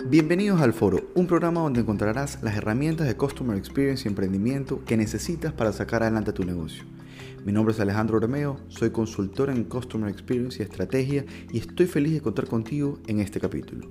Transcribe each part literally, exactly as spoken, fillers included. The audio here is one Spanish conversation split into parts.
Bienvenidos al Foro, un programa donde encontrarás las herramientas de Customer Experience y emprendimiento que necesitas para sacar adelante tu negocio. Mi nombre es Alejandro Romeo, soy consultor en Customer Experience y Estrategia y estoy feliz de contar contigo en este capítulo.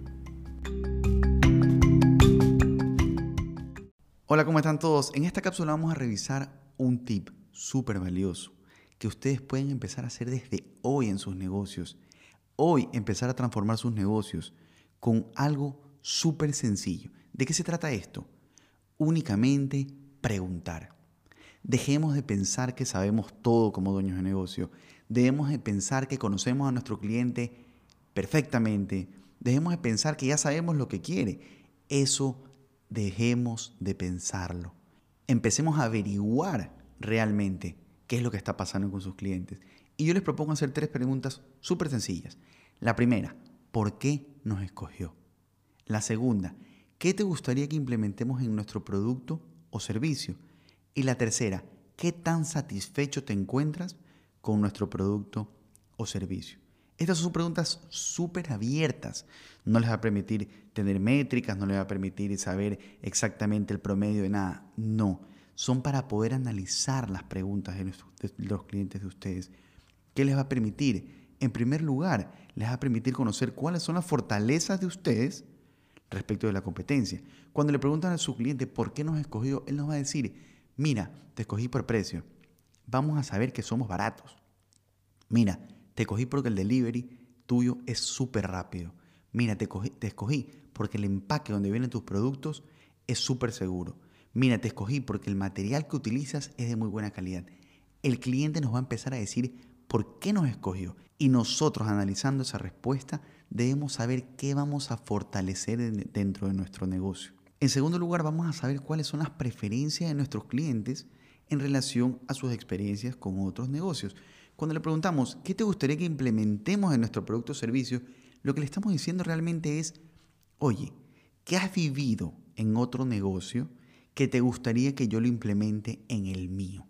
Hola, ¿cómo están todos? En esta cápsula vamos a revisar un tip súper valioso que ustedes pueden empezar a hacer desde hoy en sus negocios. Hoy empezar a transformar sus negocios con algo súper sencillo. ¿De qué se trata esto? Únicamente preguntar. Dejemos de pensar que sabemos todo como dueños de negocio. Dejemos de pensar que conocemos a nuestro cliente perfectamente. Dejemos de pensar que ya sabemos lo que quiere. Eso dejemos de pensarlo. Empecemos a averiguar realmente qué es lo que está pasando con sus clientes. Y yo les propongo hacer tres preguntas súper sencillas. La primera, ¿por qué nos escogió? La segunda, ¿qué te gustaría que implementemos en nuestro producto o servicio? Y la tercera, ¿qué tan satisfecho te encuentras con nuestro producto o servicio? Estas son preguntas súper abiertas. No les va a permitir tener métricas, no les va a permitir saber exactamente el promedio de nada. No, son para poder analizar las preguntas de, nuestros, de los clientes de ustedes. ¿Qué les va a permitir? En primer lugar, les va a permitir conocer cuáles son las fortalezas de ustedes respecto de la competencia. Cuando le preguntan a su cliente por qué nos escogió, él nos va a decir, mira, te escogí por precio. Vamos a saber que somos baratos. Mira, te escogí porque el delivery tuyo es súper rápido. Mira, te, cogí, te escogí porque el empaque donde vienen tus productos es súper seguro. Mira, te escogí porque el material que utilizas es de muy buena calidad. El cliente nos va a empezar a decir por qué nos escogió. Y nosotros, analizando esa respuesta, debemos saber qué vamos a fortalecer dentro de nuestro negocio. En segundo lugar, vamos a saber cuáles son las preferencias de nuestros clientes en relación a sus experiencias con otros negocios. Cuando le preguntamos, ¿qué te gustaría que implementemos en nuestro producto o servicio? Lo que le estamos diciendo realmente es, oye, ¿qué has vivido en otro negocio que te gustaría que yo lo implemente en el mío?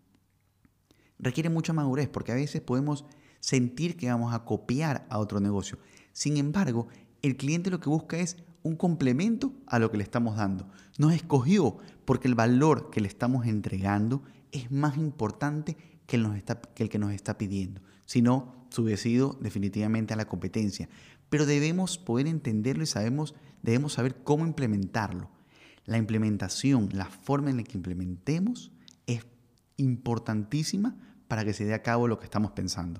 Requiere mucha madurez porque a veces podemos sentir que vamos a copiar a otro negocio. Sin embargo, el cliente lo que busca es un complemento a lo que le estamos dando. Nos escogió porque el valor que le estamos entregando es más importante que el, nos está, que el que nos está pidiendo. Si no, subdecido definitivamente a la competencia. Pero debemos poder entenderlo y sabemos, debemos saber cómo implementarlo. La implementación, la forma en la que implementemos es importantísima para que se dé a cabo lo que estamos pensando.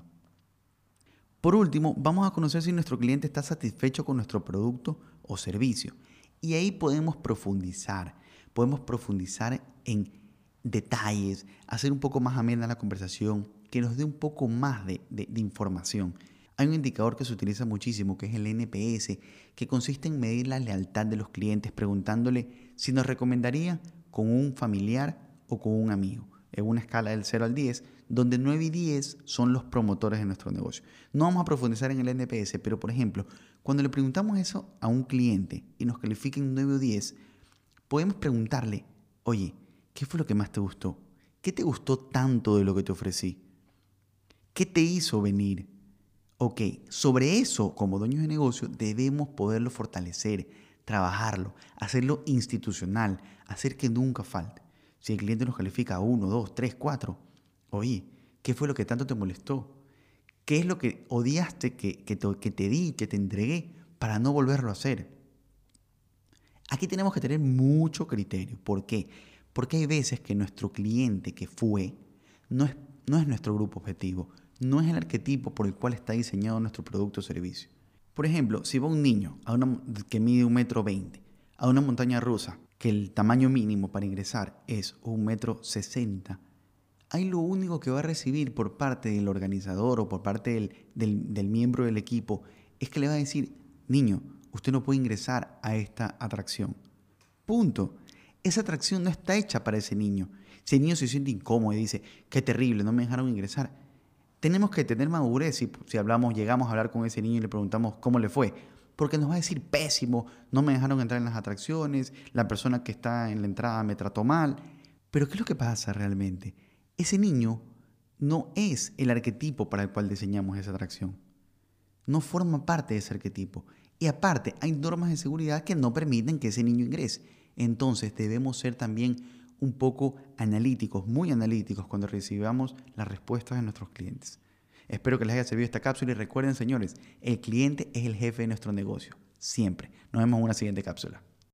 Por último, vamos a conocer si nuestro cliente está satisfecho con nuestro producto o servicio. Y ahí podemos profundizar. Podemos profundizar en detalles, hacer un poco más amena la conversación, que nos dé un poco más de, de, de información. Hay un indicador que se utiliza muchísimo, que es el N P S, que consiste en medir la lealtad de los clientes, preguntándole si nos recomendaría con un familiar o con un amigo, en una escala del cero al diez, donde nueve y diez son los promotores de nuestro negocio. No vamos a profundizar en el N P S, pero por ejemplo, cuando le preguntamos eso a un cliente y nos califiquen nueve o diez, podemos preguntarle, oye, ¿qué fue lo que más te gustó? ¿Qué te gustó tanto de lo que te ofrecí? ¿Qué te hizo venir? Ok, sobre eso, como dueños de negocio, debemos poderlo fortalecer, trabajarlo, hacerlo institucional, hacer que nunca falte. Si el cliente nos califica a uno, dos, tres, cuatro, oye, ¿qué fue lo que tanto te molestó? ¿Qué es lo que odiaste que, que, te, que te di, que te entregué para no volverlo a hacer? Aquí tenemos que tener mucho criterio. ¿Por qué? Porque hay veces que nuestro cliente que fue no es, no es nuestro grupo objetivo, no es el arquetipo por el cual está diseñado nuestro producto o servicio. Por ejemplo, si va un niño a una, que mide un metro veinte a una montaña rusa, que el tamaño mínimo para ingresar es un metro sesenta, ahí lo único que va a recibir por parte del organizador o por parte del, del, del miembro del equipo es que le va a decir, niño, usted no puede ingresar a esta atracción. Punto. Esa atracción no está hecha para ese niño. Si el niño se siente incómodo y dice, qué terrible, no me dejaron ingresar. Tenemos que tener madurez si, si hablamos, llegamos a hablar con ese niño y le preguntamos cómo le fue. Porque nos va a decir pésimo, no me dejaron entrar en las atracciones, la persona que está en la entrada me trató mal. Pero ¿qué es lo que pasa realmente? Ese niño no es el arquetipo para el cual diseñamos esa atracción. No forma parte de ese arquetipo. Y aparte, hay normas de seguridad que no permiten que ese niño ingrese. Entonces, debemos ser también un poco analíticos, muy analíticos, cuando recibamos las respuestas de nuestros clientes. Espero que les haya servido esta cápsula y recuerden, señores, el cliente es el jefe de nuestro negocio. Siempre. Nos vemos en una siguiente cápsula.